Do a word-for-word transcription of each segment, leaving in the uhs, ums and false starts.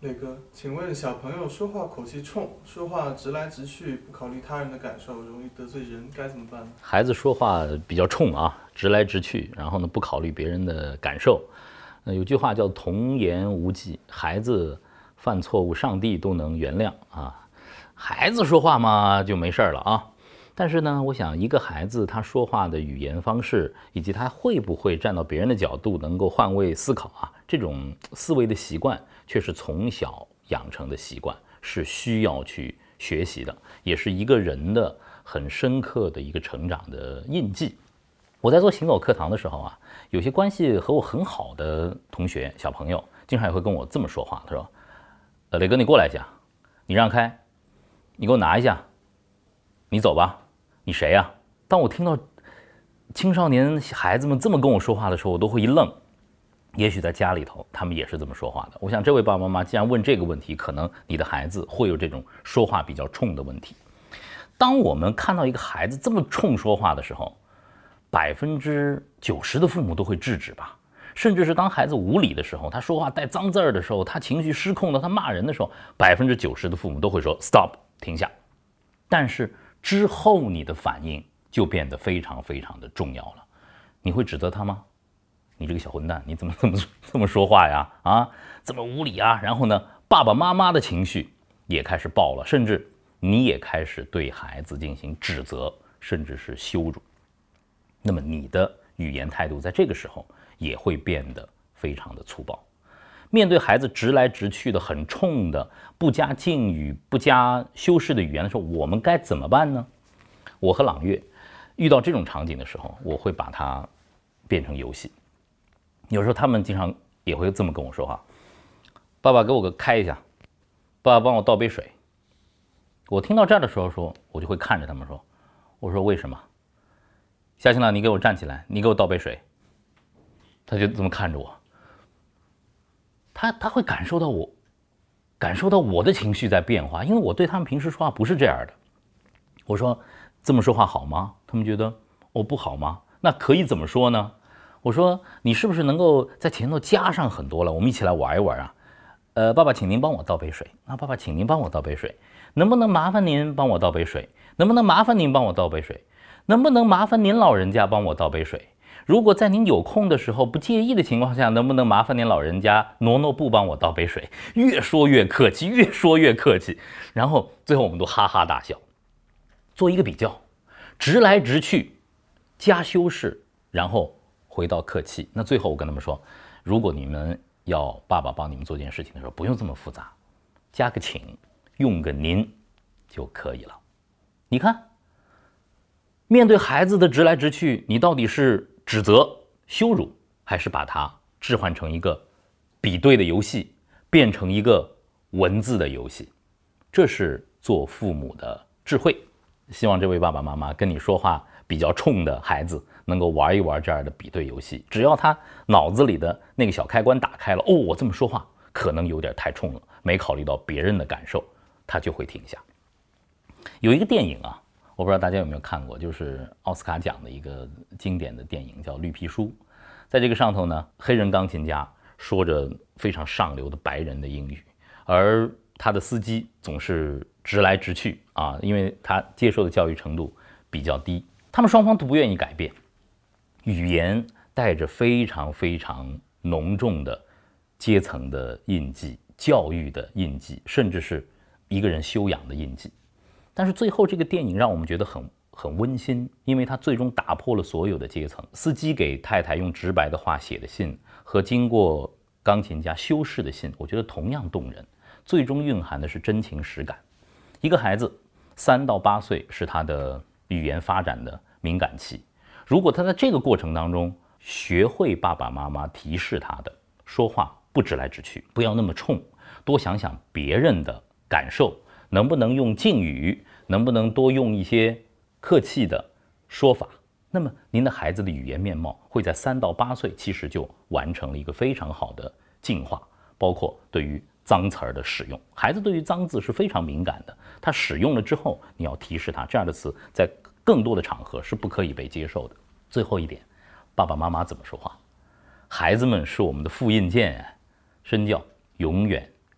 磊哥，请问小朋友说话口气冲，说话直来直去，不考虑他人的感受，容易得罪人，该怎么办呢？ 孩子说话比较冲啊，直来直去，然后呢不考虑别人的感受。呃，有句话叫童言无忌，孩子犯错误，上帝都能原谅啊。孩子说话嘛就没事了啊。但是呢，我想一个孩子他说话的语言方式，以及他会不会站到别人的角度，能够换位思考啊，这种思维的习惯，却是从小养成的习惯，是需要去学习的，也是一个人的很深刻的一个成长的印记。我在做行走课堂的时候啊，有些关系和我很好的同学小朋友，经常也会跟我这么说话，他说：“呃，磊哥，你过来一下，你让开，你给我拿一下，你走吧。”你谁呀？当我听到青少年孩子们这么跟我说话的时候，我都会一愣。也许在家里头，他们也是这么说话的。我想，这位爸爸妈妈既然问这个问题，可能你的孩子会有这种说话比较冲的问题。当我们看到一个孩子这么冲说话的时候，百分之九十的父母都会制止吧。甚至是当孩子无理的时候，他说话带脏字儿的时候，他情绪失控的，他骂人的时候，百分之九十的父母都会说 stop， 停下。但是之后你的反应就变得非常非常的重要了。你会指责他吗？你这个小混蛋，你怎么这么这么说话呀？啊，这么无理啊！然后呢，爸爸妈妈的情绪也开始爆了，甚至你也开始对孩子进行指责，甚至是羞辱。那么你的语言态度在这个时候也会变得非常的粗暴。面对孩子直来直去的、很冲的、不加敬语、不加修饰的语言的时候，我们该怎么办呢？我和朗月遇到这种场景的时候，我会把它变成游戏。有时候他们经常也会这么跟我说话：“爸爸，给我个开一下，爸爸帮我倒杯水。”我听到这儿的时候说，我就会看着他们说：“我说为什么？夏新郎，你给我站起来，你给我倒杯水。”他就这么看着我。他他会感受到我，感受到我的情绪在变化，因为我对他们平时说话不是这样的。我说这么说话好吗？他们觉得哦不好吗？那可以怎么说呢？我说你是不是能够在前头加上很多了？我们一起来玩一玩啊。呃，爸爸，请您帮我倒杯水。啊，爸爸，请您帮我倒杯水。能不能麻烦您帮我倒杯水？能不能麻烦您帮我倒杯水？能不能麻烦您老人家帮我倒杯水？如果在您有空的时候不介意的情况下，能不能麻烦您老人家挪挪步帮我倒杯水？越说越客气，越说越客气，然后最后我们都哈哈大笑。做一个比较，直来直去，加修饰，然后回到客气。那最后我跟他们说，如果你们要爸爸帮你们做件事情的时候，不用这么复杂，加个请，用个您就可以了。你看，面对孩子的直来直去，你到底是指责、羞辱，还是把它置换成一个比对的游戏，变成一个文字的游戏？这是做父母的智慧。希望这位爸爸妈妈跟你说话比较冲的孩子能够玩一玩这样的比对游戏。只要他脑子里的那个小开关打开了，哦，我这么说话可能有点太冲了，没考虑到别人的感受，他就会停下。有一个电影啊，我不知道大家有没有看过，就是奥斯卡奖的一个经典的电影叫《绿皮书》。在这个上头呢，黑人钢琴家说着非常上流的白人的英语，而他的司机总是直来直去啊，因为他接受的教育程度比较低。他们双方都不愿意改变，语言带着非常非常浓重的阶层的印记、教育的印记，甚至是一个人修养的印记。但是最后这个电影让我们觉得很很温馨，因为它最终打破了所有的阶层。司机给太太用直白的话写的信和经过钢琴家修饰的信，我觉得同样动人。最终蕴含的是真情实感。一个孩子三到八岁是他的语言发展的敏感期，如果他在这个过程当中学会爸爸妈妈提示他的说话不直来直去，不要那么冲，多想想别人的感受，能不能用敬语，能不能多用一些客气的说法，那么您的孩子的语言面貌会在三到八岁其实就完成了一个非常好的进化，包括对于脏词儿的使用，孩子对于脏字是非常敏感的，他使用了之后，你要提示他，这样的词在更多的场合是不可以被接受的。最后一点，爸爸妈妈怎么说话？孩子们是我们的复印件，身教永远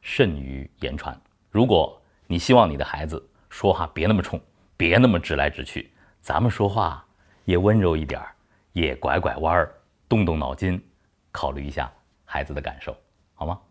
甚于言传。如果你希望你的孩子说话别那么冲，别那么直来直去，咱们说话也温柔一点，也拐拐弯儿，动动脑筋，考虑一下孩子的感受，好吗？